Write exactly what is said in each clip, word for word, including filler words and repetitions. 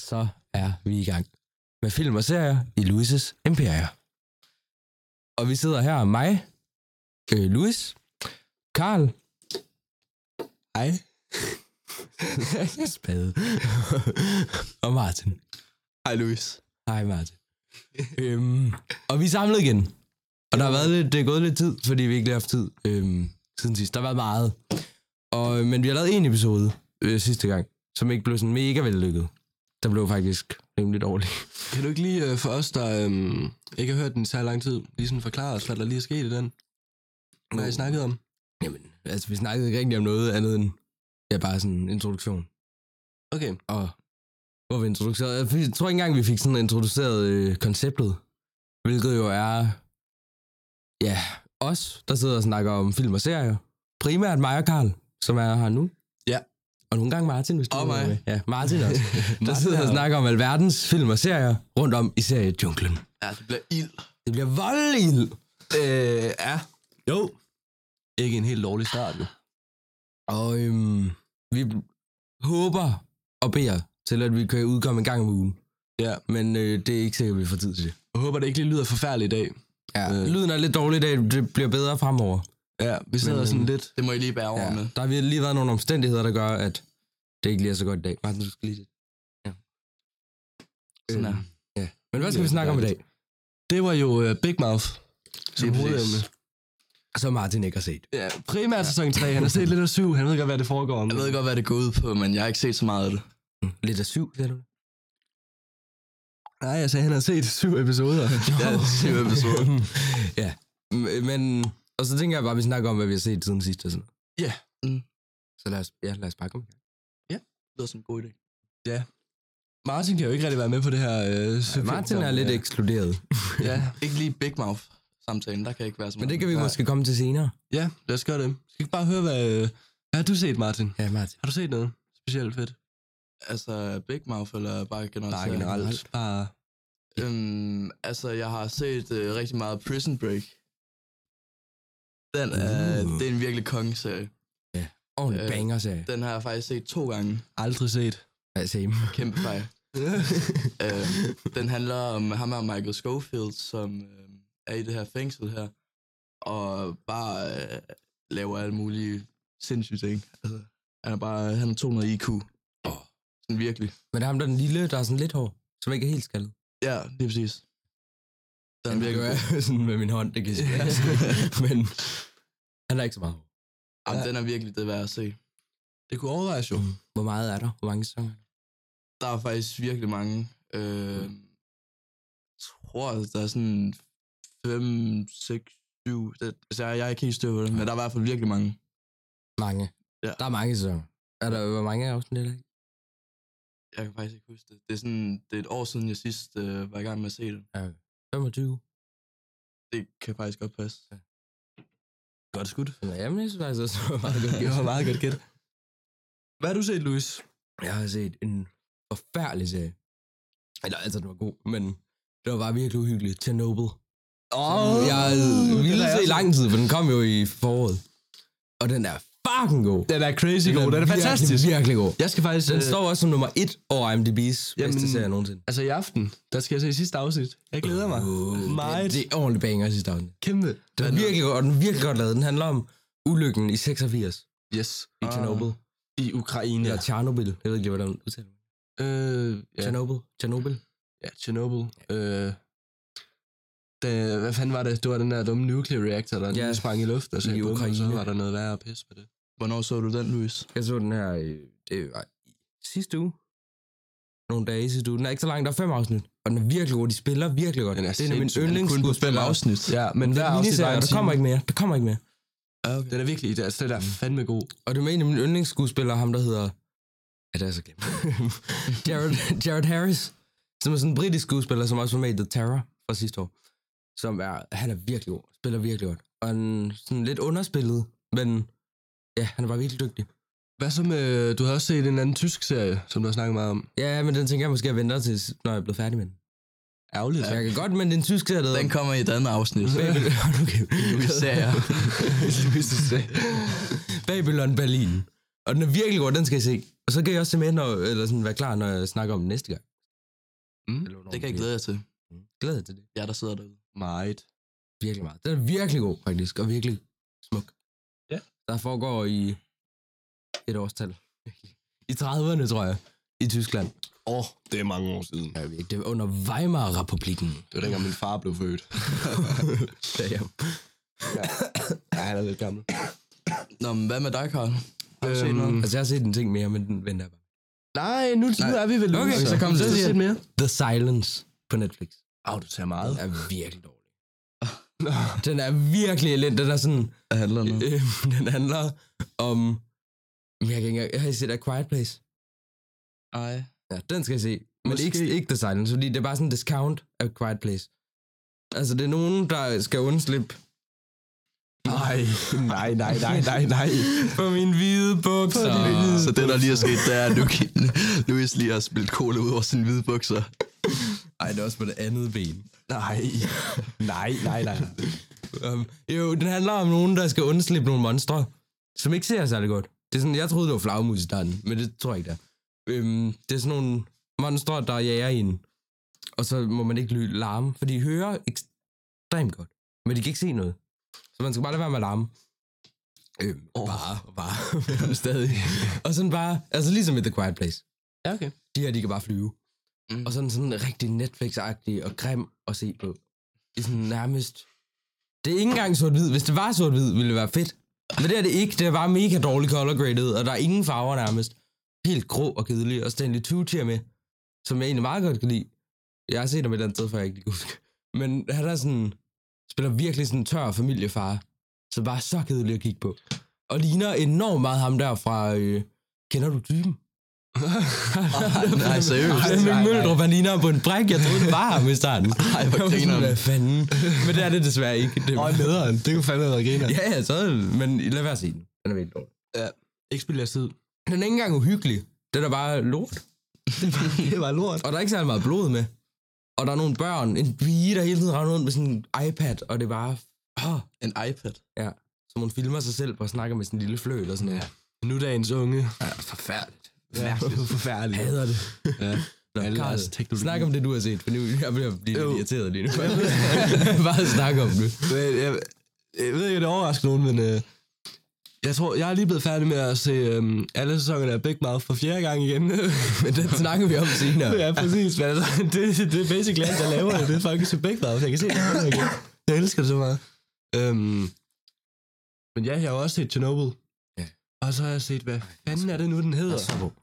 så er vi i gang med film og serier i Louis' Imperier. Og vi sidder her, mig, øh, Louis, Karl, hej, Spade, og Martin. hej Louis. Hej Martin. øhm, og vi er samlet igen. Og der har været lidt, det er gået lidt tid, fordi vi ikke har haft tid øhm, siden sidst. Der har været meget. Og, men vi har lavet en episode øh, sidste gang, som ikke blev sådan mega vellykket. Der blev faktisk rimelig dårlig. Kan du ikke lige øh, for os, der øh, ikke har hørt den i så lang tid, lige sådan forklare os, hvad der lige er sket i den? Hvad har I snakket om? Jamen, altså vi snakkede ikke rigtig om noget andet end ja, bare sådan en introduktion. Okay. Og hvor vi introducerede, jeg tror ikke engang, vi fik sådan introduceret øh, konceptet, hvilket jo er, ja, os, der sidder og snakker om film og serier. Primært mig og Karl, som er her nu. Ja. Og nogle gange Martin, hvis du og mig. Med. Ja, Martin også. Der sidder og snakker om alverdens film og serier rundt om i seriejunglen. Ja, det bliver ild. Det bliver voldelig ild. Øh, ja. Jo. Ikke en helt dårlig start, jo. Og øhm, vi håber og beder til, at vi kan udkomme en gang om ugen. Ja. Men øh, det er ikke sikkert, at vi får tid til det. Jeg håber, det ikke lige lyder forfærdeligt i dag. Ja, øh. lyden er lidt dårlig i dag. Det bliver bedre fremover. Ja, vi sidder Men, sådan øh, lidt. Det må I lige bære over Ja, med. der har lige været nogle omstændigheder, der gør, at det ikke lige er så godt i dag. Martin, du skal lige det. Ja. Sådan øhm, er. ja. Men hvad skal vi snakke om i dag? Det var jo uh, Big Mouth som Lige hovedemne. præcis. Så Martin ikke har set. Ja, primært sæson tre. Han har set lidt af syv. Han ved godt, hvad det foregår om. Jeg ved godt, hvad det går ud på, men jeg har ikke set så meget af det. Mm, Lidt af syv, siger du? Nej, jeg sagde, han har set syv episoder. Ja, syv episoder. Ja, M- men... Og så tænker jeg bare, at vi snakker om, hvad vi har set siden sidst og sådan. Ja. Mm. Så lad os, ja, lad os bare komme. Det lyder som en god idé. Ja. Martin kan jo ikke rigtig være med på det her. Øh, Ja, Martin er lidt ja. ekskluderet. Ja. Ikke lige Big Mouth-samtalen, der kan ikke være så meget. Men det kan vi Nej. måske komme til senere. Ja, lad os gøre det. Skal vi bare høre, hvad... Øh, hvad har du set, Martin? Ja, Martin. Har du set noget specielt fedt? Altså, Big Mouth, eller bare generelt? Bare generelt. Bare... Øhm, altså, jeg har set øh, rigtig meget Prison Break. Den er, Uh. det er en virkelig kongeserie. Og en Øh, banger, sagde jeg. Den har jeg faktisk set to gange. Aldrig set. Ja, same. Kæmpe fejl. øhm, den handler om ham og Michael Scofield, som øh, er i det her fængsel her, og bare øh, laver alle mulige sindssyge ting. Altså, han er bare, han er to hundrede I Q. Åh. Sådan virkelig. Men det er ham, der er den lille, der er sådan lidt hår, som ikke er helt skaldet. Ja, lige præcis. Den er Jamen, det virkelig gør jeg sådan med min hånd, det kan jeg sige. Men han er ikke så meget hår. Jamen, den er virkelig det værd at se. Det kunne overvejes jo. Hvor meget er der? Hvor mange sæsoner? Der er faktisk virkelig mange. Øh, jeg tror, der er sådan fem, seks, syv. Det, altså, jeg, jeg er ikke helt styr på det, men der er i hvert fald virkelig mange. Mange. Ja. Der er mange sæsoner. Er der, hvor mange afsnit er der? Jeg kan faktisk ikke huske det. Det er, sådan, det er et år siden, jeg sidst øh, var i gang med at se det. Ja, femogtyve. Det kan faktisk godt passe. Ja. Godt skudt. Jamen, jeg synes faktisk også, det var meget godt. Det var meget godt gæt. Hvad har du set, Louis? Jeg har set en forfærdelig serie. Eller altså, den var god, men det var bare virkelig uhyggeligt. Chernobyl. Åh, Jeg ville se i lang tid, for den kom jo i foråret. Og den er fucking god. Den er crazy god. Den er virkelig, fantastisk. Virkelig god. Jeg skal faktisk... Den øh, står også som nummer et over I M D B's bedste Jamen, serie nogensinde. Altså i aften, der skal jeg se sidste afsnit. Jeg glæder mig. Uh, Meget. Det, det er ordentligt banger sidste afsnit. Kæmpe. Den er virkelig godt, og den er virkelig godt lavet. Den handler om ulykken i seksogfirs Yes. i Chernobyl. I Ukraine. Eller Tjernobyl. Jeg ved ikke, hvordan man udtaler det. Øh, ja. Chernobyl. Chernobyl. Ja, Chernobyl. Øh, det, hvad fanden var det? Det var den der dumme nuclear reactor, der Ja, ja, sprang i luft, og så, i i Ukraine. Så Ukraine. var der noget værre at pisse på det. Hvornår så du den, Louis? Jeg så den her, øh, det var i sidste uge. Nogle dage i sidste uge. Den er ikke så lang, der er fem afsnit. Og den er virkelig god. De spiller virkelig godt. Den er det er en af mine sindssyg. Den er kun på yndlingsskuespillere. afsnit. Ja, men Men hver der, afsnit var en der time. kommer ikke mere. Der kommer ikke mere. Ja, okay. Den er virkelig, det er, det er fandme god. Og det er med en af mine yndlingsskuespillere, ham der hedder... Ja, det er så glemt. Jared, Jared Harris, som er sådan en britisk skuespiller, som også var med i The Terror fra sidste år. Som er, han er virkelig god. Spiller virkelig godt. Og han sådan lidt underspillet, men ja, han er bare virkelig dygtig. Hvad så med, du har også set en anden tysk serie, som du har snakket meget om. Ja, men den tænker jeg måske, at vente til, når jeg er blevet færdig med den. Ærgerligt. Så jeg kan godt, men den tysk serie, der Den kommer i et andet afsnit. Babylon, okay. Louis-serier. Babylon Berlin. Og den er virkelig god, den skal jeg se. Og så kan jeg også se med, når, eller sådan være klar, når jeg snakker om den næste gang. Mm. Eller hvornår Det kan jeg bliver. glæde jer til. Mm. Glæder jeg til det. Jeg der sidder derude. Meget. Virkelig meget. Den er virkelig god, faktisk, og virkelig smuk. Ja. Der foregår i et årstal. I trediverne, tror jeg, i Tyskland. Åh, oh, det er mange år siden. Ja, virkelig. Det var under Weimar-republikken. Det var dengang min far blev født. Damn. Ja, han er lidt gammel. Nå, men hvad med dig, Carl? Har du set Øhm, noget? Altså, jeg har set en ting mere, men den venter jeg bare. Nej, nu, nu er vi vel ude. Okay, så kom så det. set mere. The Silence på Netflix. Åh, oh, du tager meget. Den er virkelig dårlig. Den er virkelig elendig. Den er sådan... Hvad handler den om? Øh, den handler om... Jeg kan ikke engang... Har I set A Quiet Place? Ej. Ja, den skal jeg se. Men Måske. ikke, ikke The Silence, fordi det er bare sådan en discount af Quiet Place. Altså, det er nogen, der skal undslippe Nej, nej, nej, nej, nej, nej. på mine hvide bukser. Så det, der lige er sket, det er, at Louis lige har spillet cola ud over sine hvide bukser. Ej, det er også på det andet ben. Nej, nej, nej, nej. Um, jo, den handler om nogen, der skal undslippe nogle monstre, som ikke ser særlig godt. Det er sådan, jeg troede, det var flagmus i starten, men det tror jeg ikke, det er. Um, det er sådan nogle monstre, der jager en. Og så må man ikke lyde larme, for de hører ekstremt godt, men de kan ikke se noget. Så man skal bare lade være med at larme. Øhm, oh. Bare, og bare, stadig. Og sådan bare, altså ligesom i The Quiet Place. Ja, okay. De her, de kan bare flyve. Mm. Og sådan sådan rigtig Netflix-agtig og grim at se på. Det er sådan nærmest... Det er ikke engang sort-hvid. Hvis det var sort-hvid, ville det være fedt. Men det er det ikke. Det er bare mega dårligt color graded, og der er ingen farver nærmest. Helt grå og kedelig. Og Stanley Tucci er med, som jeg egentlig meget godt kan lide. Jeg har set ham et eller andet sted, før jeg ikke lige kan huske. Men han er sådan... Spiller virkelig sådan en tør familiefar. Så bare så kedelig at kigge på. Og ligner enormt meget ham der fra... Øh, kender du typen? Nej, seriøst. Flemming Møldrup, han ligner på en bræk. Jeg troede, det var ham i starten. Ej, hvor Jeg var sådan, griner hvad den. fanden? Men det er det desværre ikke. Det Åh, var... nederen. Det kunne fandme have været griner. Ja, ja, så, men lad være at se den. Den er virkelig dårlig. Ja. Ikke spille jeres tid. Den er ikke engang uhyggelig. Den er bare lort. Det var lort. Og der er ikke særlig meget blod med. Og der er nogle børn, en pige, der hele tiden render rundt med sådan en iPad, og det er bare... Oh, En iPad. ja. Så hun filmer sig selv og snakker med sin lille fløjt og sådan noget. Ja. Nu dagens unge. Ja, forfærdeligt. Ja, forfærdeligt. Jeg hader det. Ja. Nå, Alle Carl, deres teknologi. snak om det, du har set, for nu jeg bliver blive Jo. lidt irriteret lige nu. Bare snak om det. Men jeg, jeg ved ikke, om det overrasker nogen, men øh, jeg tror, jeg er lige blevet færdig med at se øh, alle sæsonerne af Big Mouth for fjerde gang igen. Men den snakker vi om senere. Ja, præcis. Men altså, det, det er basically alt, jeg laver. Det er faktisk så Big Mouth. Jeg kan se det her igen. Jeg elsker det så meget. Øhm, men ja, jeg har også set Chernobyl. Ja. Og så har jeg set, hvad fanden er det nu, den hedder? Så god.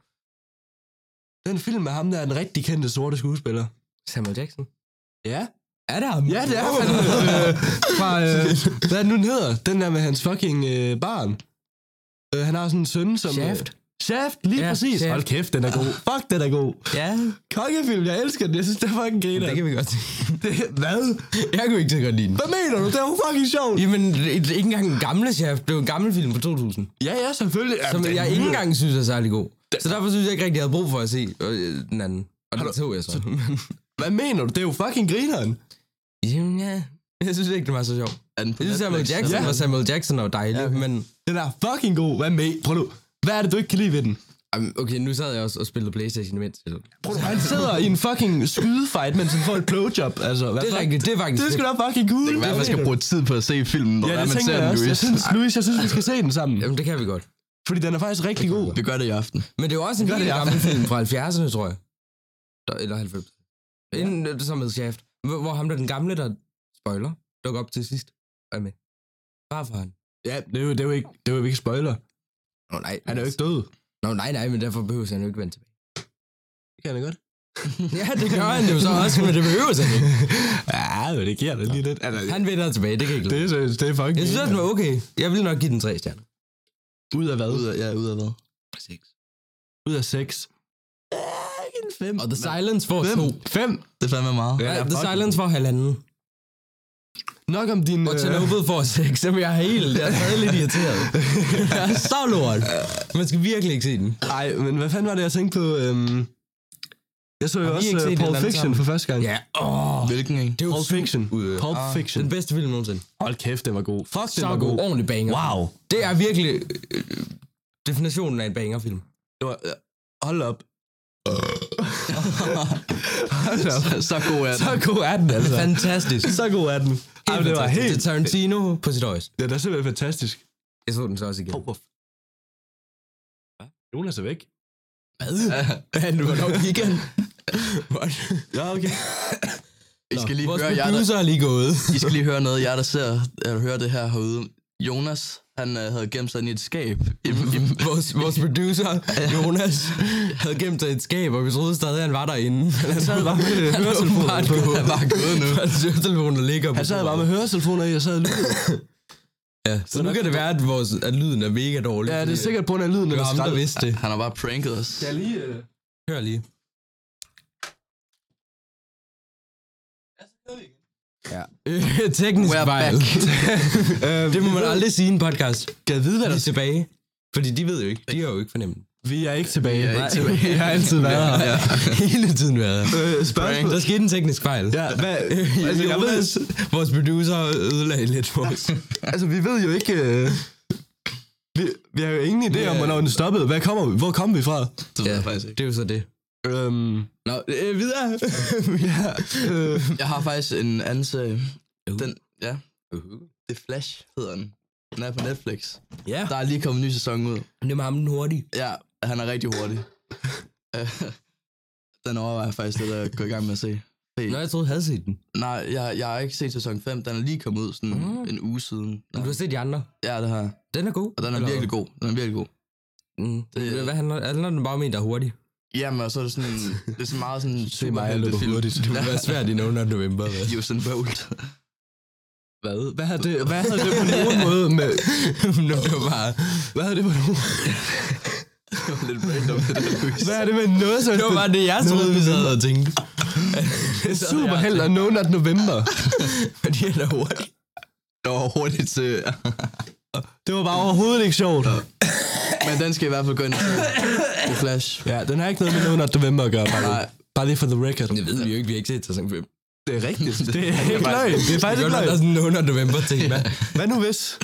Den film med ham, der er den rigtig kendte sorte skuespiller. Samuel Jackson. Ja. Er det ham? Ja, det er han. øh, fra, øh, hvad er det nu, den hedder? Den der med hans fucking øh, barn. Øh, han har sådan en søn, som... Shaft. Øh, Shaft, lige Ja, præcis. Shaft. Hold kæft, den er god. Fuck, den er god. Ja. Kongefilm, jeg elsker den. Jeg synes, det er fucking griner. Det kan vi godt se. Det, hvad? Jeg kunne ikke så godt lide den. Hvad mener du? Det er jo fucking sjovt. Jamen, det er ikke engang en gamle Shaft. Det er jo en gammel film fra to tusind. Ja, ja, selvfølgelig. Som Jamen, jeg den- ikke engang synes er særlig god. Så derfor synes jeg ikke rigtig, jeg havde brug for at se øh, den anden. Og den tog jeg så. Hvad mener du? Det er jo fucking grineren. Jamen ja. Jeg synes ikke, det var så sjovt. Er den på Jeg synes, Samuel Netflix? Jackson Ja. var Samuel Jackson og dejlig, Ja, okay. men... Den er fucking god. Hvad med? Prøv nu. Hvad er det, du ikke kan lide ved den? Jamen, okay, nu sad jeg også og spillede Playstation imens. Det Prøv nu, han sidder i en fucking skydefight, mens han får et blowjob. Altså, hvad er fuck? rigtigt, det er faktisk Det er sgu da fucking cool. Det kan være, at man skal bruge tid på at se filmen, når Ja, ja, det man tænker ser jeg den, også. Jeg Louis. synes, Louis, jeg synes, vi skal se den sammen. Jamen, det kan vi godt. Fordi den er faktisk rigtig god. Vi gør det i aften. Men det er jo også en Gør det, helt ja. gammel film fra halvfjerdserne, tror jeg. Der, eller halvfems. Inden det som med Shaft. Hvor, hvor ham der den gamle, der spoiler, dukker op til sidst. Er med. Bare for han. Ja, det er jo, det er jo ikke, det er jo ikke spoiler. Nå nej. Han er jo ikke død. Nå nej, nej, men derfor behøver han jo ikke vende tilbage. Det kan han godt. Ja, det gør han jo så også, men det behøver han ikke. Ja, men det giver det lige lidt. Altså, Han vender tilbage, det kan jeg ikke det, lide. er, det er fucking... Jeg synes også, den var okay. Jeg vil nok give den tre stjerner. Ud af hvad? Ud af, ja, ud af hvad? seks. Ud af seks. En fem. Og The Silence får Fem. to. Fem. Det er fandme meget. Ja, Ja, The fuck. Silence får halvanden. Nok om din... Og øh, Chernobyl får seks, så jeg er helt, jeg er stadig lidt irriteret. Jeg er så lort. Man skal virkelig ikke se den. Ej, men hvad fanden var det, jeg tænkte på? Øhm... Jeg så jo Har vi også ikke set uh, den Pulp anden Fiction sammen? for første gang. Ja, åh. Hvilken en? Det er jo Pulp Fiction. Fiction. Pulp Ah, Fiction. Den bedste film nogensinde. Hold kæft, den var god. Fuck, den Så var god. god. Ordentlig banger. Wow. Det er virkelig øh, definitionen af en bangerfilm. Det var, øh, hold op. så, så god er den. Så god er den, altså. Fantastisk. Så god er den. Ej, det var helt... Det er Tarantino på sit højst. Ja, det er simpelthen fantastisk. Jeg så den så også igen. Oh, hvor... Hvad? Jonas er væk. Hvad? Han var nok igen. Ja, okay. I skal lige Vores høre, jer, producer der, er lige gået. I skal lige høre noget, jer der ser, eller hører det her herude. Jonas, han uh, havde gemt sig ind i et skab. I, i, vores, vores producer, Jonas, havde gemt sig i et skab, og vi troede stadig, han var derinde. Han sad bare med høretelefoner. Han var gået nu. Hans høretelefoner ligger på. Han sad bare med høretelefoner i, og sad og lyttede. Ja, så nu kan det være, at, vores, at lyden er mega dårlig. Ja, det er sikkert på grund af lyden, det der var ham, der vidste det. Han har bare pranket os. Skal jeg lige... Uh... Hør lige. Ja. Øh, teknisk fejl. Det må man aldrig sige i en podcast. Kan jeg vide, hvad der er tilbage? Fordi de ved jo ikke. De har jo ikke fornemt. Vi er ikke tilbage. Vi er ikke tilbage. Vi har altid været her. Ja. Hele tiden været her. Øh, spørgsmål. Der skete en teknisk fejl. Ja, hvad... Altså, jeg ved, vores producer ødelagde lidt for os. Altså, vi ved jo ikke... Øh... Vi, vi har jo ingen idé om, hvornår den stoppede. Hvad kommer vi? Hvor kom vi fra? Det ved ja, jeg faktisk ikke. Det er jo så det. Øhm... Nå, øh, videre. ja, øh... Jeg har faktisk en anden serie. Uh. Den, ja. Uh-huh. The Flash hedder den. Den er på Netflix. Ja. Der er lige kommet en ny sæson ud. Det er med ham den hurtige. Ja, han er rigtig hurtig. Den overvejer jeg faktisk lidt at gå i gang med at se. Hey. Nå, jeg troede, du havde set den. Nej, jeg, jeg har ikke set sæson fem. Den er lige kommet ud sådan mm. en uge siden. Men du har set de andre? Ja, det har jeg. Den er god. Og den er Eller? virkelig god. Den er virkelig god. Mm. Det, Hvad handler, handler den bare om en, der er hurtig? Jamen, og så er det sådan, det er sådan meget sådan Se mig, jeg løber hurtigt. Det må være svært i nogen af november. Hvad? Usain Bolt. Hvad? Hvad havde det, hvad havde det på nogen måde med... Nå, det var bare... Hvad havde det på nogen... Det var lidt random, det der, Louis. Hvad er det med noget, så... Det var bare det, jeg troede, vi sad og tænkte. Superheld og No Nut November. Fordi han er hurtig. Det var hurtigt til... Det var bare overhovedet ikke sjovt. Men den skal i hvert fald gå ind til Flash. Ja, den har ikke noget med No Nut November at gøre, bare, Nej. bare lige for the record. Det ved vi jo ikke, vi har ikke set sæson fem. Det er rigtigt. Det er ikke løgn. Det er faktisk ikke løgn. Der er sådan en under november ting, hvad? Hvad nu hvis?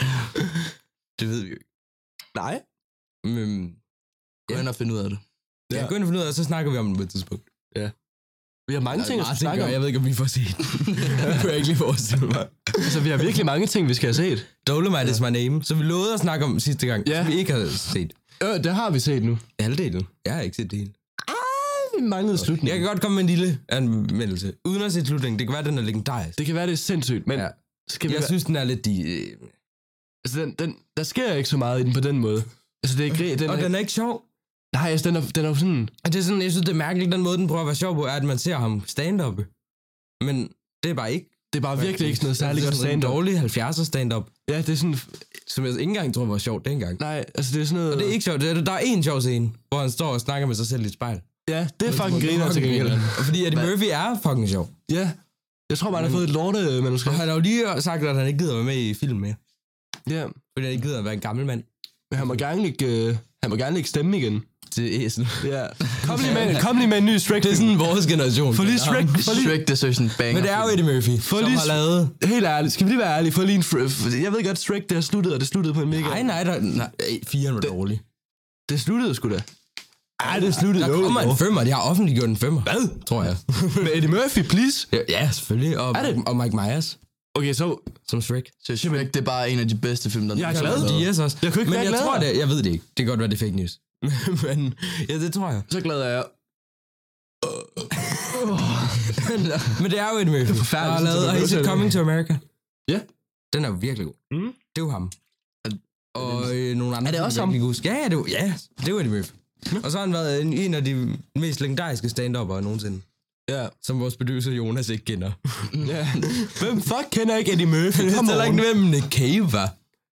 Det ved vi jo ikke. Nej. Men, Gå ind og finde ud af det. ja, gå ind og finde ud af, og så snakker vi om det på et tidspunkt. Ja. Vi har mange Der er ting at meget snakke om. Jeg ved ikke, om vi får set den. Det kunne jeg ikke lige forestille mig. Altså, vi har virkelig mange ting, vi skal have set. Dolomite is my name, så vi lovede at snakke om sidste gang, Ja. som vi ikke har set. Øh, det har vi set nu. Halvdelen. Jeg har ikke set det hele. Vi manglede slutningen. Jeg kan godt komme med en lille anmeldelse. Uden at se slutningen. Det kan være, den er legendarisk. Det kan være, det er sindssygt, men... Ja. Skal vi Jeg være... synes, den er lidt... De, øh... Altså, den, den, der sker ikke så meget i den på den måde. Altså, det er ikke... Den Og er... den er ikke sjov. Nej, altså, den er, den er jo sådan... Og det er sådan, jeg synes, det er mærkeligt, den måde, den prøver at være sjov på, er, at man ser ham stand-up. Men det er bare ikke. Det er bare virkelig ikke sådan noget særligt godt stand-up. Det er stand-up. en dårlig halvfjerdser stand-up, Ja, det er sådan... som jeg ikke engang tror var sjovt dengang. Nej, altså, det er sådan noget... Og det er ikke sjovt. Det er, der er en sjov scene, hvor han står og snakker med sig selv i et spejl. Ja, det er fucking griner til gengæld. Og fordi Eddie Murphy er fucking sjov. Ja. Jeg tror bare, han har fået et lorte manuskript. Og han har jo lige sagt, at han ikke gider være med i film mere. Ja. Fordi han ikke gider at være en gammel mand. Men han må gerne ikke, uh, han må gerne ikke stemme igen. Til æsel. Ja. Kom lige med, kom lige med en ny Shrek. Det er sådan vores generation. For lige Shrek. For lige, Shrek, det er sådan en banger. Men det er jo Eddie Murphy, For som lige- har lavet... helt ærligt, skal vi lige være ærlige? For lige en... fr- Jeg ved godt, Shrek, det har sluttet, og det sluttede på en mega... Nej, nej, der, nej, firen var dårlig. Det sluttede sgu da. Ej, det sluttede Der jo. kommer en femmer, de har offentliggjort en femmer. Hvad? Tror jeg. Med Eddie Murphy, please. Ja, ja, selvfølgelig. Og, Er det? og Mike Myers Okay, så... som Shrek. Så Shrek, det er bare en af de bedste film, der Jeg er nogensinde glad. har været. Diaz også. Jeg kunne ikke Men være jeg gladere. tror det, jeg ved det ikke. Det kan godt være, det er fake news. Men ja, det tror jeg. Så glad er jeg. Men det er jo Eddie Murphy. Det er forfærdeligt, Der har synes lavet, jeg, har I det er set Coming to America? Ja. Den er jo virkelig god. Mm. Det er jo ham. Og øh, nogle andre. Er det også jeg ham? ikke huske. Ja, ja, det er jo, ja, det er jo Eddie Murphy. Og så har han været en, en af de mest legendariske stand-up'ere nogensinde. Ja. Som vores producer Jonas ikke kender. Ja. Hvem fuck kender ikke Eddie Murphy? Jeg Kom ved heller on. ikke, hvem Nick Cave var.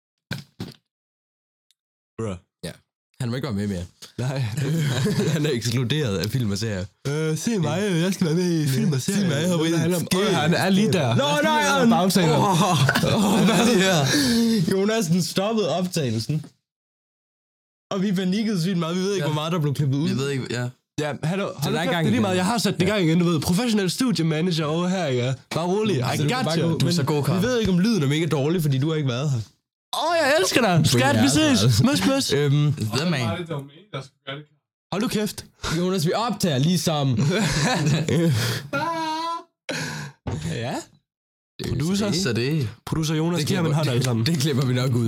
Bruh. Ja, han må ikke være med mere. Nej. Han er ekskluderet af film og serier. Øh, se mig, jeg skal være med i film og serier. Se mig, jeg har været i Åh, han er lige der. Nå, nej, han... Bagtaler. Åh, hvad er det her? Jonas, den stoppede optagelsen. Og vi panikkede sygt meget. Vi ved ikke, Ja. hvor meget der blev klippet ud. Jeg ved ikke, ja. Ja, hallo, hold der er nu i kæft, gang det er lige igen. meget. Jeg har sat det i gang igen, du ved. Professionel studiemanager over her, ja. Bare rolig. I Så du kan got bare you. gå- Du er så men god, Karl. Vi ved ikke, om lyden er mega dårlig, fordi du har ikke været her. Åh, oh, jeg elsker dig. Skat, vi ses. Møs, møs. Øhm, The man. Hold Hold nu kæft. Jonas, vi optager ligesom... Ja. Det Producer. Så det... Producer Jonas, Det giver ham en hånd alle sammen. Det klipper vi nok ud.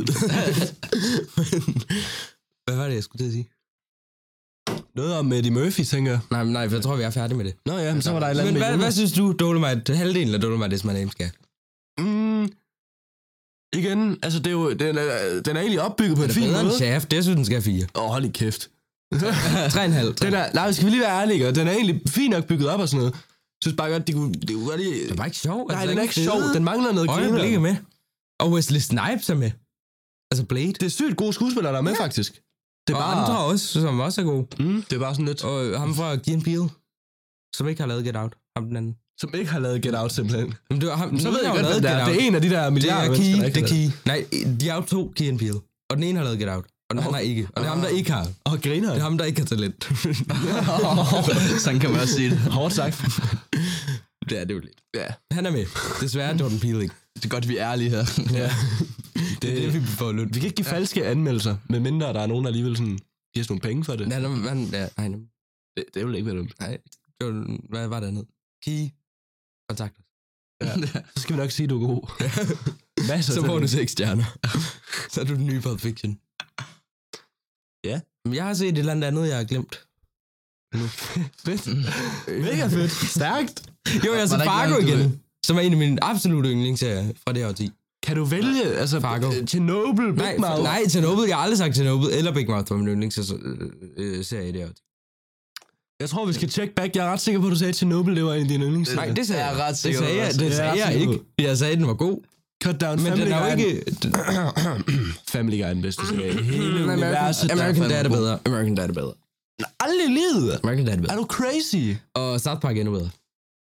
Hvad var det, jeg skulle til at sige? Noget om Eddie Murphy, tænker jeg. Nej, nej, for jeg tror, vi er færdige med det. Nå ja, men så var der et eller andet Men med hvad, hvad synes du, Dolomite, halvdelen af Dolomite is my name skal? Mm, igen, altså det er jo, den er, den er egentlig opbygget på en Er det fin bedre end måde. Shaft? Det synes den skal have fire. Åh, oh, hold i kæft. Tre og en halv. Den er, nej, skal vi lige være ærlige, og den er egentlig fint nok bygget op og sådan noget. Jeg synes bare godt, de kunne, de kunne godt lige... Det var ikke sjov. Nej, den er ikke sjov. Den mangler noget Øjeblik er griner. med. Og Wesley Snipes er med. Altså Blade. Det er sygt gode skuespillere, der er med, ja. faktisk. Det er og bare... andre også, som også er gode. Mm, det er bare sådan lidt... Og ham fra Key and Peele, som ikke har lavet Get Out. Ham den anden. Som ikke har lavet Get Out, simpelthen. Men det var ham, Så den ved jeg ene har godt, lavet hvem det er. Get Out. Det er en af de der Det milliarder er mennesker, Key, der ikke det er har Key. Nej, de er jo to Key and Peele. Og den ene har lavet Get Out. Og den anden har ikke. Og det er ham, der ikke har. Og griner. Det er ham, der ikke har talent. Sådan kan man også sige det. Hårdt sagt. Det er det jo lidt. Ja. Han er med. Desværre Jordan Peele ikke. Det er godt, vi er ærlige her. Ja. Det er det, vi får løn. Vi kan ikke give falske anmeldelser, medmindre der er nogen, der alligevel sådan, giver os nogle penge for det. Ja, når man, ja, nej, nu. Det, det vil ikke være dumt. Nej. Jordan, hvad var det andet? Key. Kontakt os. Ja. Så skal vi nok sige, at du er god. Masser Så til får du det. seks stjerner. Så er du den nye Pulp Fiction. Ja. Men jeg har set et eller andet andet, jeg har glemt. Fedt. Mega fedt. Stærkt. Jo, jeg har set Var der ikke Fargo noget, du igen. ved? Som er en af mine absolutte yndlingsserier fra det her årti. Kan du vælge, altså, Fargo. Chernobyl, Big Nej, Mouth? nej, Chernobyl. Jeg har aldrig sagt Chernobyl eller Big Mouth var min yndlingsserie i det her årti. Jeg tror, vi skal tjekke back. Jeg er ret sikker på, at du sagde, at Chernobyl det var en af dine yndlingsserier. Nej, det sagde Jeg jeg. er ret Det sikker sagde på jeg, også. det Jeg er sagde ret jeg sikker ikke. Jeg sagde, at den var god. Cut down Men Family den er jo Guy. ikke... Family Guy er den bedste serie i hele universet. American, American der Dad er fandme bedre. American Dad er bedre. god. Aldrig livet. American Dad er Er bedre. du crazy? Og South Park er endnu bedre.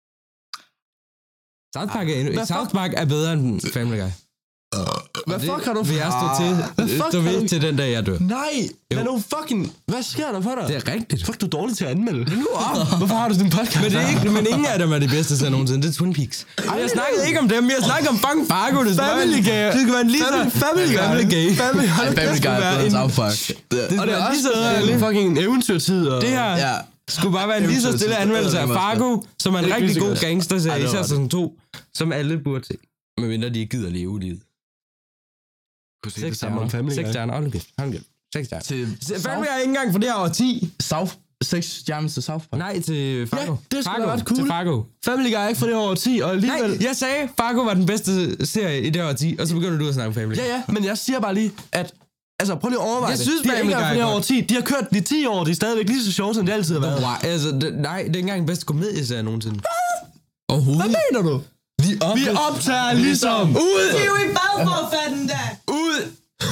South Park er, endnu, Hvad South Park er bedre end Family Guy. Hvad Og fuck har du... Vil jeg stå til, Hvad fuck stå har ved du... til den dag, jeg dør. Nej, lad nu fucking... Hvad sker der for dig? Det er rigtigt. Fuck, du er dårlig til at anmelde. Nu op. Hvorfor har du sådan en podcast? Men, det er ikke, men ingen af dem er det bedste serier nogensinde. Det er Twin Peaks. Men jeg snakkede ikke om dem. Jeg snakkede om fucking Fargo. Det skal være en, Family Guy. det skal være en lige så... Family Guy. Family Guy. Family Ej, Family Guy er bedre end South Park. Og det er også øh, fucking eventyrtid. Og... Det her Ja. skulle bare være en lige så stille anmeldelse af Fargo, som er en Det er rigtig lige så god godt. gangsterserie, Ej, det var især det. sæson to, som alle burde se. Medmindre de ikke gider leve livet. Kunne se Seks det samme om stjerner. Family Seks Guy. stjerner. Hold nu kæft. Hold nu kæft. Seks stjerner. Til Family South, Guy er ikke engang for det her årti. South, seks stjerner til South Park. Nej, til Fargo. Ja, det er sgu da Fargo. ret cool. Til Fargo. Family Guy er ikke for det her over ti, og alligevel... Nej, jeg sagde, Fargo var den bedste serie i det her årti, og så begynder du at snakke om Family Guy. Ja, ja, men jeg siger bare lige, at... Altså, prøv lige at overveje Jeg det. synes, de er Family ikke engang Guy for det er her over godt. ti. De har kørt de ti år, de er stadigvæk lige så sjove, som de altid har været. Wow, altså, det, nej, det er ikke engang den bedste komedieserie nogensinde. Overhovedet. Hvad mener du? The Office. Vi optager ligesom... Ud! Det er jo ikke bad for at fatte den da. Ud!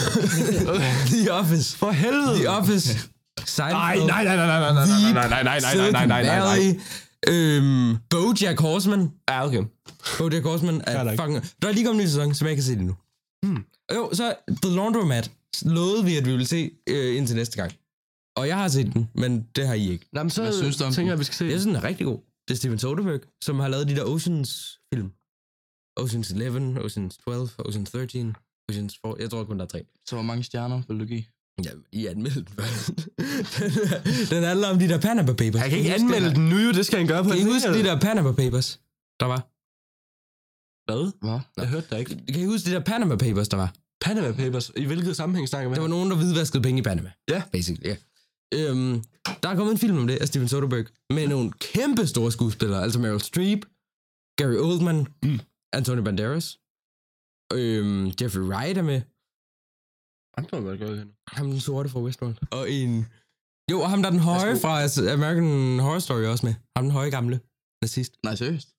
The Office. For helvede. The Office. Seinfeld. Nej, nej, nej, nej, nej, nej, nej, nej, nej, nej, nej, nej, nej, nej, nej. Øhm, BoJack Horseman. Ja, okay. BoJack Horseman Fair er nok. fucking... Der er lige kommet en ny sæson, som jeg ikke kan se det nu. Hmm. Jo, så The Laundromat lovede vi, at vi ville se øh, indtil næste gang. Og jeg har set den, men det har I ikke. Nå, men så Hvad synes du om tænker den? jeg, vi skal se... Jeg synes, den er rigtig god. Det er Steven Soderbergh, som har lavet de der Oceans-film. Oceans elleve, Oceans tolv, Oceans tretten, Oceans fire. Jeg tror kun, der er tre. Så hvor mange stjerner vil du give? Ja, I anmeldte den først. den, den handler om de der Panama Papers. Jeg kan ikke anmelde den nu, jo. Det skal han gøre på Kan I en huske de der Panama Papers, der var? Hvad? Hvad? Jeg hørte dig ikke. Kan I huske de der Panama Papers, der var? Panama Papers. I hvilket sammenhæng snakker vi? Der var nogen, der hvidvaskede penge i Panama. Ja. Basically, ja. Øhm, der er kommet en film om det af Steven Soderbergh, med nogle kæmpe store skuespillere, altså Meryl Streep, Gary Oldman, mm. Antonio Banderas, øhm, Jeffrey Wright er med, Han tror godt gøre igen. ham den sorte fra Westworld, og en... Jo, og ham der er den høje fra altså, American Horror Story også med. Ham den høje gamle nazist. Nej, seriøst.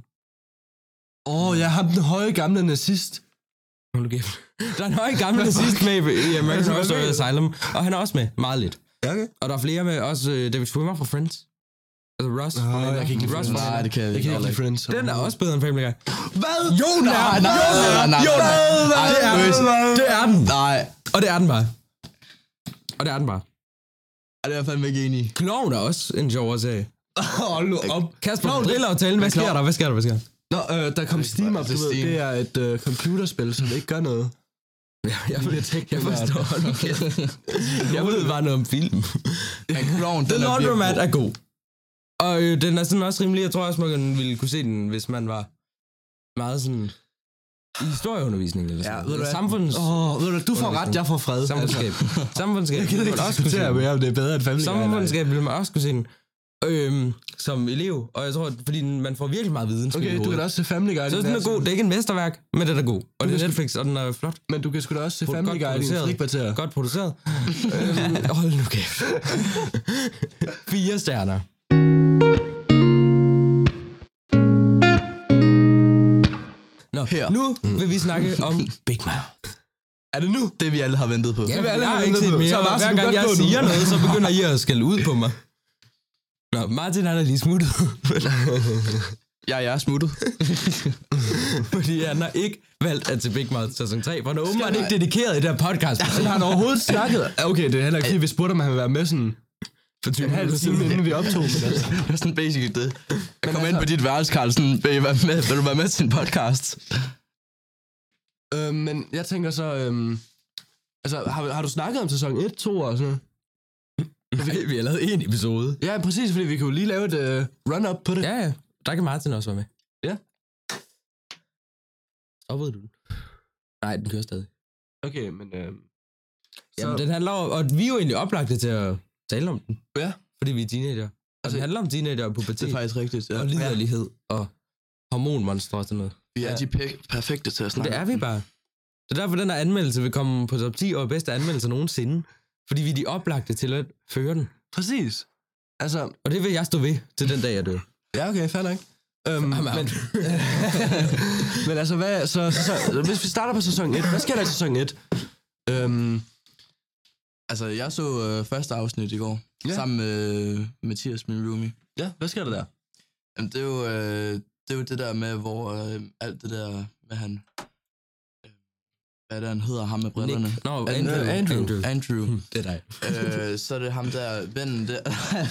Åh, oh, ja, ham den høje gamle nazist. Hold nu kæft. Der er en høj gammel nazist med i American Horror Story Asylum, og han er også med, meget lidt. Ja, okay. Og der er flere med, også uh, David Schwimmer fra Friends. Altså Ross. Åh, fra- jeg kan ikke lide Ross Friends. fra- Nej, det kan jeg Jeg ikke. kan ikke lide Friends. Den er også bedre end Family Guy. Hvad? Jo, den er! Nej, nej, nej, nej, Jo, nej, nej. det er den! Det er den! Nej, Og det er den bare. Og det er den bare. Ej, det er jeg fandme ikke enig i. Clown er også en sjovere serie. Hold nu op. Kasper, driller og talen. Hvad sker der? Hvad sker der? Hvad sker der? Nå, øh, der kom Steam op, du Det er ved. Steam. Det er et øh, computerspil, som ikke gør noget. Jeg, jeg, bliver jeg, tekniker. jeg forstår. Jeg ved bare noget om film. Men kloven, The den er Laundromat virkelig er god. Og øh, den er sådan også rimelig, jeg tror også, man ville kunne se den, hvis man var meget sådan i historieundervisning eller sådan Ja, noget. ved du Eller hvad? samfunds... Åh, oh, ved du, du får ret, jeg får fred. Samfundskab. Samfundskab. Jeg gider ville ikke man også kunne se diskutere den. mere, om det er bedre end Family Guy. eller ej. Samfundskab ville man også kunne se den. Øhm, som elev. Og jeg tror, fordi den- man får virkelig meget viden. Okay, du kan da også se Family Guy. Så den er god. Det er ikke en mesterværk, men den er god. Og det er Netflix, og den er flot. Men du kan sgu da også se Godt Family Guy i din produceret. frikvarter. Godt produceret. øhm, hold nu kæft. Fire stjerner. Nå, Her. nu vil vi snakke om Big Mouth. Er det nu? det, vi alle har ventet på. Ja, vi alle jeg har har ikke ventet set på. mere, Så og Martin, hver du kan gang jeg godt gå nu. siger noget, så begynder I at skælde ud på mig. Nå, Martin han er lige smuttet. Ja, jeg er smuttet. Fordi han har ikke valgt at til Big Mouth sæson tre, for han er åbenbart ikke dedikeret i det her podcast. Men har han overhovedet snakket? Okay, det er heller ikke fordi, vi spurgte, om han vil være med sådan For tyve en halv time, inden vi optog. Men altså. Det er sådan basically det. Jeg kom altså- ind på dit værelse, Carl, sådan, vil, I være med, vil du være med til en podcast? øh, men jeg tænker så... Øhm, altså, har, har du snakket om sæson et, to og sådan noget? Nej, vi har lavet en episode. Ja, præcis, fordi vi kan jo lige lave et uh, run-up på det. Ja, ja. Der kan Martin også være med. Ja. Stoppede du den? Nej, den kører stadig. Okay, men... Øh, Jamen, den handler om... Og vi er jo egentlig oplagte til at tale om den. Ja. Fordi vi er teenager. Og Altså, den handler om teenager og Det er pubertet. faktisk rigtigt, ja. Og liderlighed og hormonmonstre og sådan noget. Vi er de pe- perfekte til at Så snakke. det er vi bare. Det er derfor, den her anmeldelse vil komme på top ti over bedste anmeldelser nogensinde. Fordi vi er de oplagte til at føre den. præcis. Altså, Og det vil jeg stå ved til den dag, jeg dør. ja, okay, fair nok. Øhm, men, I'm out. men altså, hvad, så, så, så, hvis vi starter på sæson et, hvad sker der i sæson et? Øhm, Altså, jeg så øh, første afsnit i går, Ja. ja. sammen med øh, Mathias, min roomie. ja, hvad sker der der? Jamen, det er jo, øh, det, er jo det der med, hvor øh, alt det der med han... Øh, hvad er det, han hedder, ham med brillerne? Nick. Nå, An- Andrew. øh, Andrew. Andrew. Andrew. Det er dig. øh, så er det ham der, vennen der.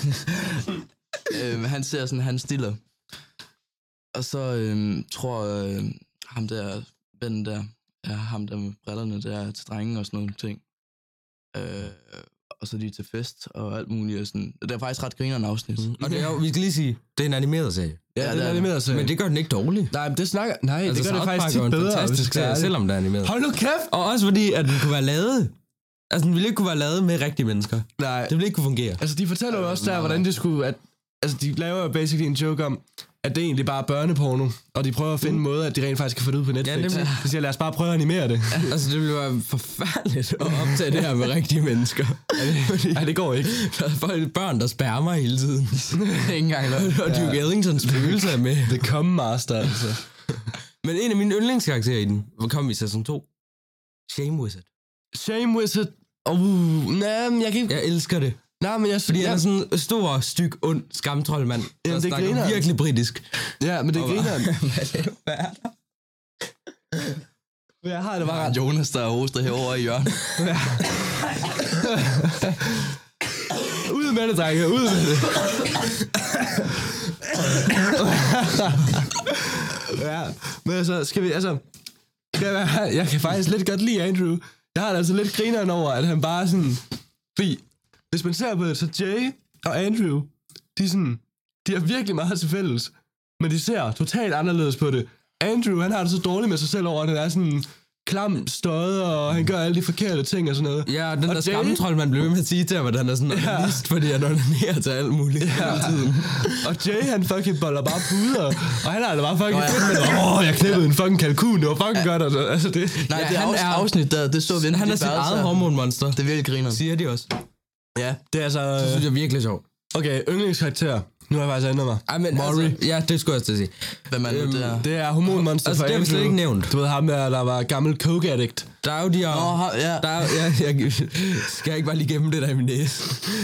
øh, han ser sådan, han stiller. Og så øh, tror øh, ham der, vennen der, er ham der med brillerne, der er til drengen og sådan nogle ting. Øh, og så er de til fest og alt muligt. Og sådan. Det er faktisk ret grinerende afsnit. Mm. Og det er jo, vi skal lige sige, det er en animeret serie. Ja, Ja, ja det det er er animeret serie. Men det gør den ikke dårlig. Nej, men det snakker... Nej, Altså, det gør det South faktisk Park er tit jo en bedre, fantastisk hvis vi skal serie, være ærlige. selvom det er animeret. Hold nu kæft! Og også fordi, at den kunne være lavet... Altså, den ville ikke kunne være lavet med rigtige mennesker. Nej, Det ville ikke kunne fungere. altså de fortæller jo også der, hvordan de skulle... At, altså de laver jo basically en joke om, at det egentlig bare er børneporno, og de prøver at finde en måde, at de rent faktisk kan få det ud på Netflix. nemlig. De siger, lad os bare prøve at animere det. Altså, det ville være forfærdeligt at optage det her med rigtige mennesker. Fordi Nej, det går ikke. der er folk, børn, der spærmer hele tiden. Ikke engang løgn. Og Duke Ellingtons spøgelse er med. The Come Master, altså. Men en af mine yndlingskarakterer i den, hvor kom i sæson to? Shame Wizard. Shame Wizard. Uh, nej, men jeg kan ikke... Jeg elsker det. Nej, men jeg... Fordi ja, han er sådan en stor, styg, ond skamtroldmand, der Jamen, det snakker griner. virkelig britisk. Ja, men det griner han. Hvad er der? Men jeg har det bare ret. Jonas, der hoster herovre i hjørnet. Ud med det, drenge. Ud med det. Ja, men altså, skal vi... Altså, skal jeg, være, jeg kan faktisk lidt godt lide Andrew. Jeg har det altså lidt grineren over, at han bare sådan... Fordi, hvis man ser på det, så Jay og Andrew, de er sådan... De har virkelig meget til fælles. Men de ser totalt anderledes på det. Andrew, han har det så dårligt med sig selv over, at han er sådan klam, støjet, og han gør alle de forkerte ting og sådan noget. Ja, den Og der Jay- skamtrold, man blev ved med at sige til ham, at han er sådan en Ja. analyst, fordi han onanerer til alt muligt ja. hele tiden. Og Jay, han fucking boller bare puder, og han har det bare fucking Nå, ja. fedt med det. Åh, oh, jeg knæppede en fucking kalkun, det var fucking godt. Altså, altså det... Nej, Ja, det er han afs- er- afsnit der, det så vi inde på Han er dit sit værelse eget her. hormonmonster, Det er virkelig griner. siger de også. Ja, det er altså... Det synes jeg er virkelig sjovt. Okay, yndlingskarakter. Nu har jeg faktisk ændret mig. Ej, men Maury. altså, ja, det skulle jeg også til at sige. Hvem er nu Øhm, der? Det er hormonmonster Altså, for det har vi slet Andrew. ikke nævnt. Du ved ham der, der var gammel coke addict. Der er jo de her... Nå, ha- ja. Der er, ja, jeg, skal jeg ikke bare lige gemme det der i min næse?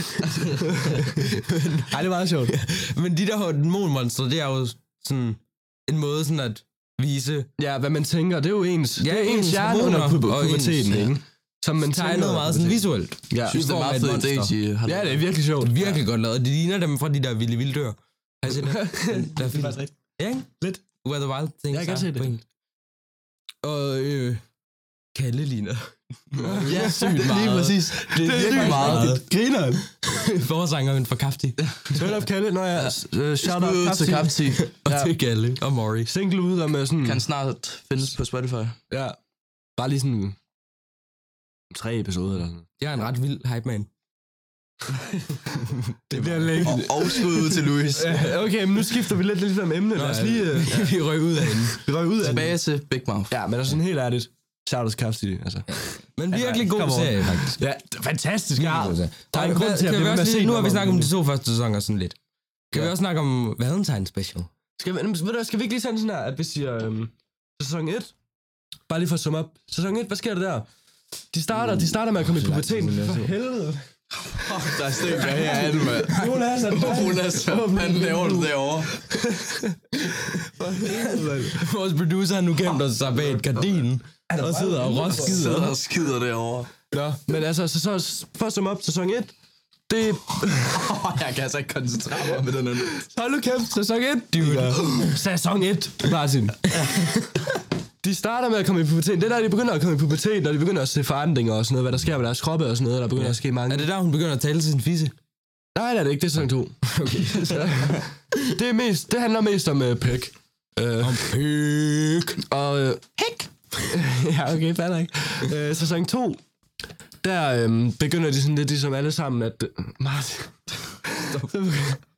Ej, det er meget sjovt. Men de der hormonmonstre, det er jo sådan en måde sådan at vise Ja, hvad man tænker, det er jo ens, Ja, det er ens ens hjerne under hormoner pu- og ens- puberteten, ja. ikke? Som man tegnet tænker meget sådan visuelt. Ja. Jeg synes, det er i form af meget et fedt, monster. det de har Ja, det er virkelig sjovt. Virkelig godt lavet. Det ligner dem fra de der vilde vilde dør. Har I set det? Der Det er faktisk rigtigt. Ja, ikke? Lidt. Where the Wild Things Jeg kan Are se det. på engelsk. Og øh, Kalle ligner. Ja, sygt meget. lige præcis. Det er Det er virkelig sygt meget. Grineren. Forsangeren for Kafti. Turn up Kalle, når jeg... Uh, shout out Skud til Kapti. Kapti. Og Ja. til Kalle og Maury. Single ud og med sådan... Kan snart findes på Spotify. Ja. Bare lige sådan... Tre episoder eller sådan. Jeg er en ret vild hype man. Det bliver længe. Og, og skud ud til Louis. Ja, okay, men nu skifter vi lidt, lidt om emne. Lad os lige... Uh, Vi røg ud af hende. vi røg ud af den. Tilbage til Big Mouth. Ja, men altså sådan helt ærligt. Shout out til Kapti, altså. Men virkelig god come on. serie, faktisk. Ja, det er fantastisk. Ja. God serie. Der er en Og grund hvad- til, at kan jeg vi bliver ved med også at se lige, nu har den vi om snakket om den. de to første sæsoner sådan lidt. Kan vi Ja. også snakke om Valentine Special? Skal vi, ved du, hvad, skal vi ikke lige sådan sådan her, at vi siger øhm, sæson et? Bare lige for at summe op. Sæson et, hvad sker der der? De starter, de starter med at komme i puberteten. For helvede. Der er stik af herinde, mand. Jonas, er det dig? Jonas, hvad fanden laver du derovre? Vores producer har nu gemt os sig bag et gardin. Og sidder og råskider. Sidder og skider derovre. Nå, men altså, så, så for at summe op, sæson et, det... Jeg kan altså ikke koncentrere mig med den anden. Hold nu kæft, sæson et, dude. Sæson et, Martin. De starter med at komme i puberteten. Det er der, de begynder at komme i puberteten, når de begynder at se forandringer og sådan noget, hvad der sker med deres kroppe og sådan noget, der begynder at ske mange... Er det der, hun begynder at tale til sin fisse? Nej, det er det ikke. Det er sæson to. Okay. det, er mest, det handler mest om uh, pæk. Uh, Om pøk. og... Uh, hæk! ja, okay, fair ikke. Uh, sæson to, der um, begynder de sådan lidt ligesom alle sammen, at... Uh, Martin... så, begynder,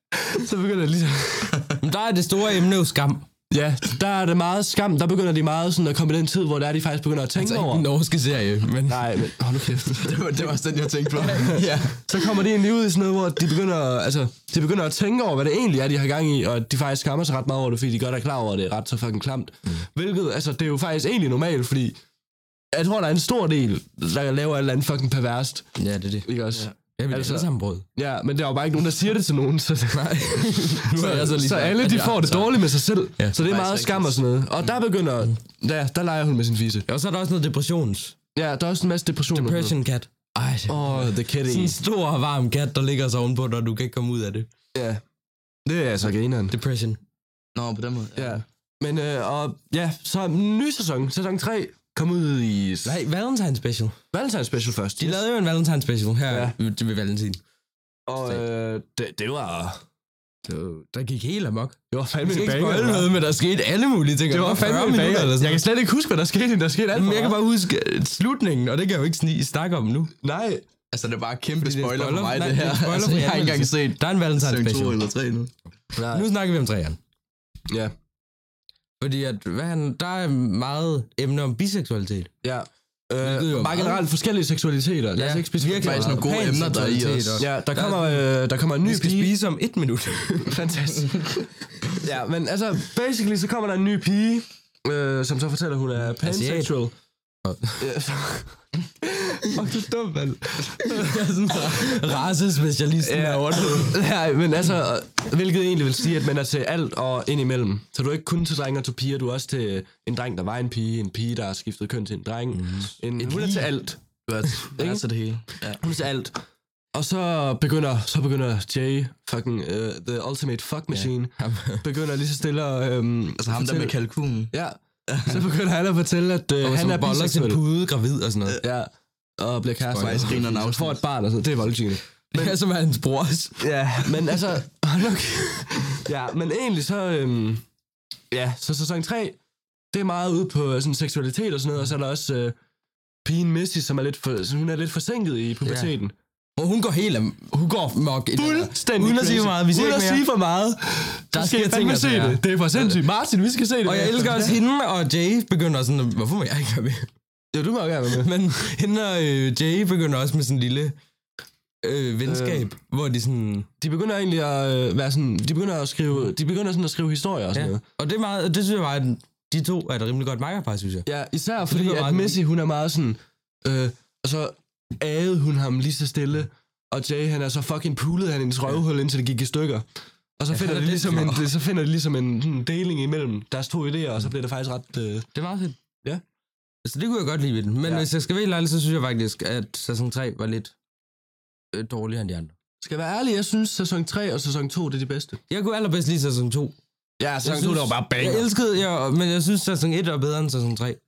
så begynder de ligesom... Men der er det store emne jo skam. Ja, der er det meget skam. Der begynder de meget sådan at komme i den tid, hvor der er, de faktisk begynder at tænke Altså ikke over... den norske serie, men... Nej, men hold nu kæft. Det var, det var også den, jeg tænkte på. Ja. Så kommer de egentlig ud i sådan noget, hvor de begynder, altså, de begynder at tænke over, hvad det egentlig er, de har gang i, og de faktisk skammer sig ret meget over det, fordi de godt er klar over, at det er ret så fucking klamt. Mm. Hvilket, altså, det er jo faktisk egentlig normalt, fordi jeg tror, der er en stor del, der laver et eller andet fucking perverst. Ja, det er det. Ikke også? Ja. Jeg vil Altså- altså sammen brød. Ja, men der er jo bare ikke nogen, der siger det til nogen, så, Nej. Nu er jeg så så, lige så alle de får det dårligt med sig selv. Ja. Så det er Faktisk meget skam og sådan noget. Og der begynder, ja, der leger hun med sin fise. Og så er der også noget depressions. Ja, der er også en masse depression. Depression cat. Ej, Åh, oh, the kitty. sådan en stor, varm kat, der ligger sig ovenpå dig, og du kan ikke komme ud af det. Ja, det er altså grineren. Depression. Nå, på den måde. Ja. Men, øh, og ja, så ny sæson, sæson tre, kom ud i Nej, Valentine Special. Valentine Special først. De lavede jo en Valentine Special her Ja. ja. ved, ved Valentin. Og øh, det, det var... Det var, der gik helt amok. Det var Vi fandme skal en ikke banger. spoil noget, men der skete alle mulige ting. Det var fandme en banger. eller sådan Jeg kan slet ikke huske, hvad der skete. Der skete alt Men for jeg kan meget. bare huske øh, slutningen, og det kan jeg jo ikke sni- snakke om nu. Nej. Altså, det er bare kæmpe Fordi det er spoiler for spoiler- mig, nej, det det er her. spoiler Altså, for jeg har ikke engang anmeldelsen. set Der er en Valentine sæson to Special. eller tre nu. Nej. Nu snakker vi om træerne. Ja. Fordi at, hvad han, der er meget emne om biseksualitet. Ja. Hvilket jo Øh, er bare meget- generelt forskellige seksualiteter. Lad os ikke specifikt. virkelig Faktisk nogle meget. gode emner, der er i Panseksualitet os. også. Ja, der kommer, øh, der kommer en ny Vi skal pige. spise om et minut. Fantastisk. ja, men altså, basically, så kommer der en ny pige, øh, som så fortæller, at hun er pansexual. Ja, så- Fuck, du er dum, mand. Jeg er sådan race-specialisten Ja. herovre. Nej, men altså, hvilket egentlig vil sige, at man er til alt og indimellem. Så du er ikke kun til drenge og til piger, du er også til en dreng, der var en pige, en pige, der har skiftet køn til en dreng. Mm. En, hun er til alt. Du er, du er til det hele. Ja. Hun er til alt. Og så begynder, så begynder Jay, fucking uh, the ultimate fuck machine, Ja. begynder lige så stille og... Um, Altså ham der med kalkunen. Ja, så begynder han at fortælle, at uh, Og han han er boller sin biseksuel. pude gravid og sådan noget. Ja, og bliver kærester. Faktisk griner navn. Får et barn og sådan. Det er voldgivende. Det er som er hans brors. Ja, men altså... Okay. Ja, men egentlig så... Øhm, ja, så sæson tre, det er meget ude på sådan seksualitet og sådan noget, og så er der også øh, pigen Missy, som er lidt for, hun er lidt forsinket i puberteten. Og hun går helt am- hun går mok. Fuldstændig Uden at sige crazy. for meget. Vi siger Uden ikke at mere. sige for meget. Der Så skal sker I ting fandme og se sager. det. Det er for sindssygt. Martin, vi skal se det. Og jeg elsker også hende, og Jay begynder sådan, hvorfor må jeg ikke være med? Ja, du må jo gerne være med. Men hende og øh, Jay begynder også med sådan en lille øh, venskab, øh. hvor de sådan... De begynder egentlig at øh, være sådan... De begynder at skrive, de begynder sådan at skrive historier og sådan Ja. noget. Og det er meget, det synes jeg bare, at de to er et rimelig godt makkerpar, synes jeg. Ja, især det fordi, lyder at meget- Missy, hun er meget sådan... Øh, og så agede hun ham lige så stille, og Jay, han er så fucking pulet han i hendes røvhul, indtil det gik i stykker. Og så Ja, finder, det de er ligesom smart. en, det, så finder de ligesom en, en deling imellem deres to idéer, og så bliver det faktisk ret... Øh, Det er meget fedt. Ja. Altså, det kunne jeg godt lide ved den. Men Ja. ja. hvis jeg skal være helt ærlig, så synes jeg faktisk, at sæson tre var lidt øh, dårligere end de andre. skal jeg være ærlig, jeg synes, sæson tre og sæson to det er de bedste. Jeg kunne allerbedst lide sæson to. Ja, sæson Jeg to, det var bare banger. Jeg elskede, jeg, men jeg synes, sæson et er bedre end sæson tre.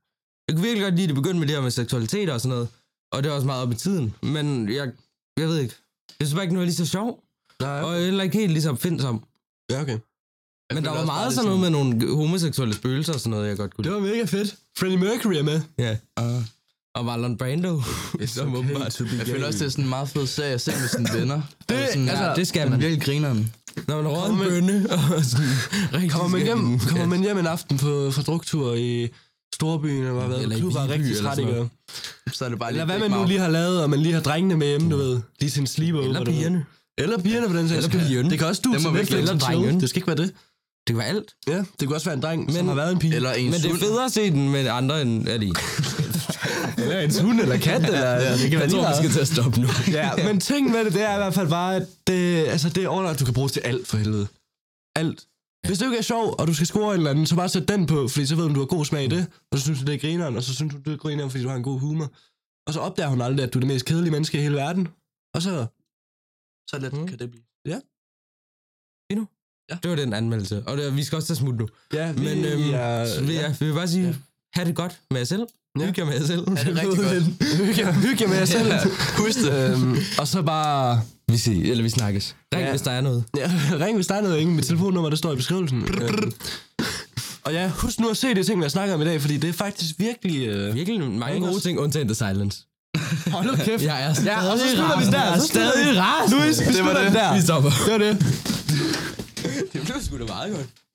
Jeg kunne virkelig godt lide, at det begyndte med det her med seksualitet og sådan noget. Og det er også meget op i tiden. Men jeg, jeg ved ikke. Jeg synes bare ikke, nu er lige så sjov. Nej. Og heller ikke helt lige så opfindsom. Ja, okay. Men der var meget sådan noget med nogle homoseksuelle spøgelser og sådan noget, jeg godt kunne Det var mega fedt. Freddie Mercury er med. Ja. Uh. Og Marlon Brando. Som åbenbart. Jeg føler også, det er sådan en meget fed serie at se med sine venner. Det, altså, sådan, altså, ja, det skal man. man. Virkelig grineren. Når man råder en bønne og sådan rigtig Kommer man hjem, kommer man hjem en aften på for druktur i Storbyen, eller hvad? Eller i Klub var Viby rigtig eller træt, sådan ikke? Så er det bare Eller lige hvad Big man nu Mouth. lige har lavet, og man lige har drengene med hjemme, du ved. Lige sin sleepover. Eller du ved. pigerne. Eller pigerne på den sags. Eller pigerne. Det kan også du Det må til vi Netflix ikke eller and chill. drengen. Det skal ikke være det. Det kan være alt. Ja, det kunne også være en dreng, Men- som har været en pige. Eller en Men det er sund. federe at se den med andre end Ali. Eller en hund eller kat, eller ja, det kan være Jeg lige tror, vi meget. skal til at stoppe nu. Ja, men ting med det, det er i hvert fald bare, at det, altså, det er ordentligt, at du kan bruge til alt for helvede. Alt. Hvis det ikke er sjov, og du skal score et eller andet, så bare sæt den på, fordi så ved du, du har god smag i det, og så synes du, det er grineren, og så synes du, det er grineren, fordi du har en god humor. Og så opdager hun aldrig, at du er det mest kedelige menneske i hele verden. Og så... Så let Mm. kan det blive. Det var den anmeldelse. Og det, vi skal også tage smut nu. Ja, vi, Men øhm, ja, så vil jeg, vil jeg bare sige, Ja. ha' det godt med jer selv. Ja. Hygge jer med jer selv. Ha' det rigtig godt. hygge, jer- hygge jer med jer selv. Husk det. Øhm, og så bare... Vi siger, eller vi snakkes. Ring, Ja. hvis der er noget. Ja, ring hvis der er noget, ikke? Mit telefonnummer, der står i beskrivelsen. Øhm, og ja, husk nu at se de ting, vi har snakket om i dag, fordi det er faktisk virkelig... Øh... Virkelig mange Ring gode os. ting, undtagen The Silence. Hold nu kæft. Jeg er stadig Ja, og så slutter vi rasende. der. Jeg er Så slutter vi. stadig rasende. Louis, vi Det var slutter det. der. Vi stopper. Det var det. Det blev sgu da meget godt.